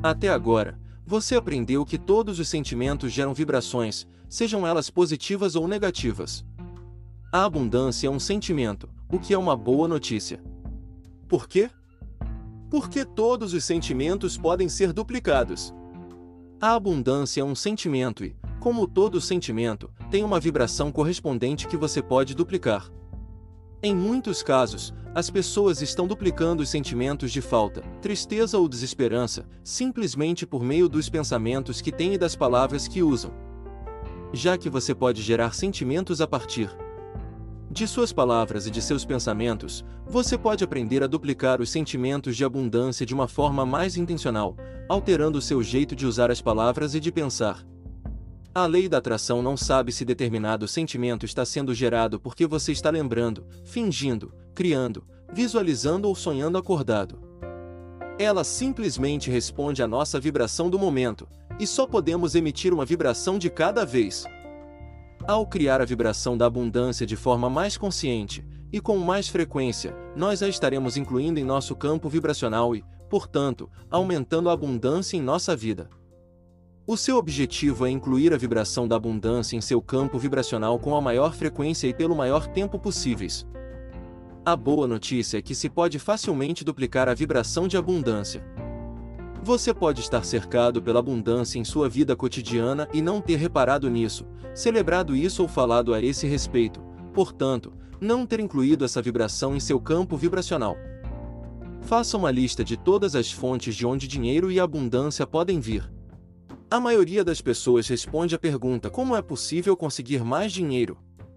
Até agora, você aprendeu que todos os sentimentos geram vibrações, sejam elas positivas ou negativas. A abundância é um sentimento, o que é uma boa notícia. Por quê? Porque todos os sentimentos podem ser duplicados. A abundância é um sentimento e, como todo sentimento, tem uma vibração correspondente que você pode duplicar. Em muitos casos, as pessoas estão duplicando os sentimentos de falta, tristeza ou desesperança, simplesmente por meio dos pensamentos que têm e das palavras que usam. Já que você pode gerar sentimentos a partir de suas palavras e de seus pensamentos, você pode aprender a duplicar os sentimentos de abundância de uma forma mais intencional, alterando o seu jeito de usar as palavras e de pensar. A lei da atração não sabe se determinado sentimento está sendo gerado porque você está lembrando, fingindo, criando, visualizando ou sonhando acordado. Ela simplesmente responde à nossa vibração do momento, e só podemos emitir uma vibração de cada vez. Ao criar a vibração da abundância de forma mais consciente, e com mais frequência, nós a estaremos incluindo em nosso campo vibracional e, portanto, aumentando a abundância em nossa vida. O seu objetivo é incluir a vibração da abundância em seu campo vibracional com a maior frequência e pelo maior tempo possíveis. A boa notícia é que se pode facilmente duplicar a vibração de abundância. Você pode estar cercado pela abundância em sua vida cotidiana e não ter reparado nisso, celebrado isso ou falado a esse respeito, portanto, não ter incluído essa vibração em seu campo vibracional. Faça uma lista de todas as fontes de onde dinheiro e abundância podem vir. A maioria das pessoas responde à pergunta: como é possível conseguir mais dinheiro?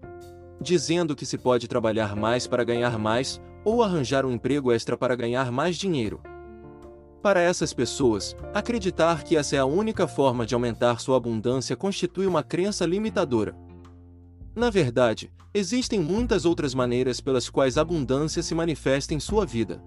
Dizendo que se pode trabalhar mais para ganhar mais, ou arranjar um emprego extra para ganhar mais dinheiro. Para essas pessoas, acreditar que essa é a única forma de aumentar sua abundância constitui uma crença limitadora. Na verdade, existem muitas outras maneiras pelas quais a abundância se manifesta em sua vida.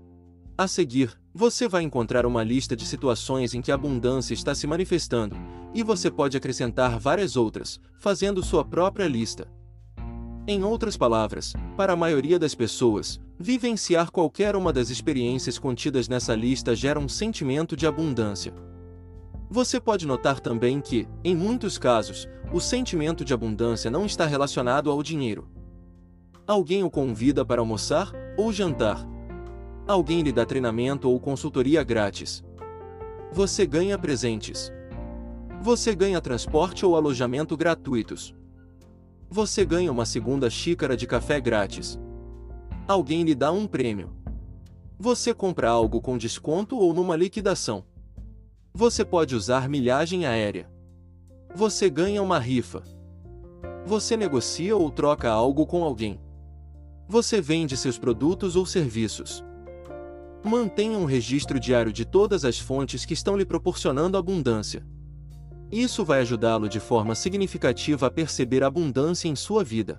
A seguir, você vai encontrar uma lista de situações em que a abundância está se manifestando, e você pode acrescentar várias outras, fazendo sua própria lista. Em outras palavras, para a maioria das pessoas, vivenciar qualquer uma das experiências contidas nessa lista gera um sentimento de abundância. Você pode notar também que, em muitos casos, o sentimento de abundância não está relacionado ao dinheiro. Alguém o convida para almoçar ou jantar. Alguém lhe dá treinamento ou consultoria grátis. Você ganha presentes. Você ganha transporte ou alojamento gratuitos. Você ganha uma segunda xícara de café grátis. Alguém lhe dá um prêmio. Você compra algo com desconto ou numa liquidação. Você pode usar milhagem aérea. Você ganha uma rifa. Você negocia ou troca algo com alguém. Você vende seus produtos ou serviços. Mantenha um registro diário de todas as fontes que estão lhe proporcionando abundância. Isso vai ajudá-lo de forma significativa a perceber a abundância em sua vida.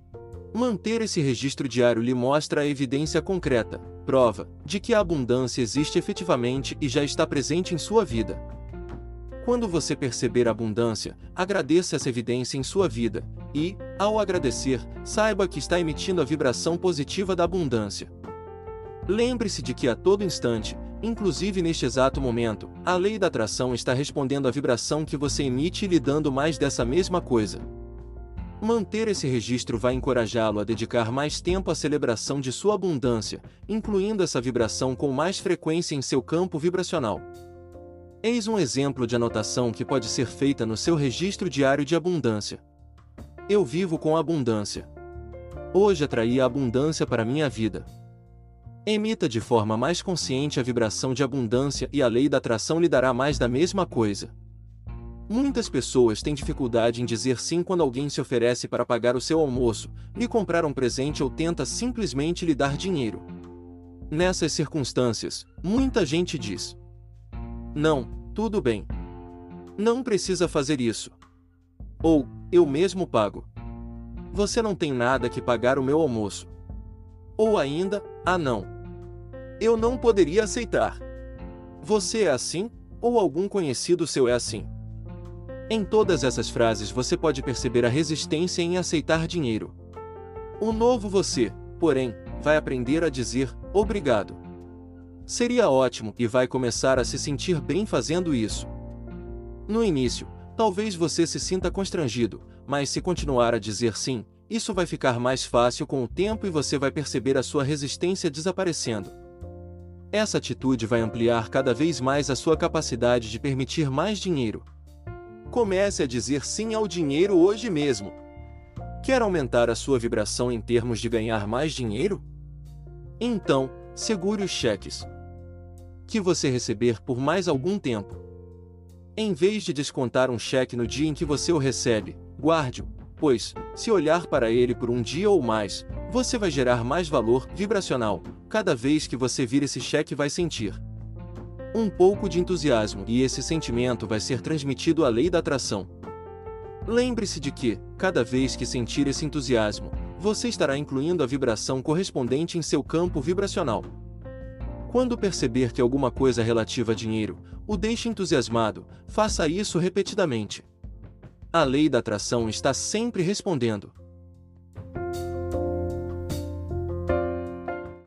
Manter esse registro diário lhe mostra a evidência concreta, prova, de que a abundância existe efetivamente e já está presente em sua vida. Quando você perceber a abundância, agradeça essa evidência em sua vida, e, ao agradecer, saiba que está emitindo a vibração positiva da abundância. Lembre-se de que a todo instante, inclusive neste exato momento, a lei da atração está respondendo à vibração que você emite e lhe dando mais dessa mesma coisa. Manter esse registro vai encorajá-lo a dedicar mais tempo à celebração de sua abundância, incluindo essa vibração com mais frequência em seu campo vibracional. Eis um exemplo de anotação que pode ser feita no seu registro diário de abundância. Eu vivo com abundância. Hoje atraí a abundância para minha vida. Emita de forma mais consciente a vibração de abundância e a lei da atração lhe dará mais da mesma coisa. Muitas pessoas têm dificuldade em dizer sim quando alguém se oferece para pagar o seu almoço, lhe comprar um presente ou tenta simplesmente lhe dar dinheiro. Nessas circunstâncias, muita gente diz: não, tudo bem. Não precisa fazer isso. Ou, eu mesmo pago. Você não tem nada que pagar o meu almoço. Ou ainda, ah não. Eu não poderia aceitar. Você é assim, ou algum conhecido seu é assim. Em todas essas frases você pode perceber a resistência em aceitar dinheiro. O novo você, porém, vai aprender a dizer, obrigado. Seria ótimo e vai começar a se sentir bem fazendo isso. No início, talvez você se sinta constrangido, mas se continuar a dizer sim, isso vai ficar mais fácil com o tempo e você vai perceber a sua resistência desaparecendo. Essa atitude vai ampliar cada vez mais a sua capacidade de permitir mais dinheiro. Comece a dizer sim ao dinheiro hoje mesmo. Quer aumentar a sua vibração em termos de ganhar mais dinheiro? Então, segure os cheques que você receber por mais algum tempo. Em vez de descontar um cheque no dia em que você o recebe, guarde-o, pois, se olhar para ele por um dia ou mais, você vai gerar mais valor vibracional. Cada vez que você vir esse cheque vai sentir um pouco de entusiasmo e esse sentimento vai ser transmitido à lei da atração. Lembre-se de que, cada vez que sentir esse entusiasmo, você estará incluindo a vibração correspondente em seu campo vibracional. Quando perceber que alguma coisa relativa a dinheiro o deixa entusiasmado, faça isso repetidamente. A lei da atração está sempre respondendo.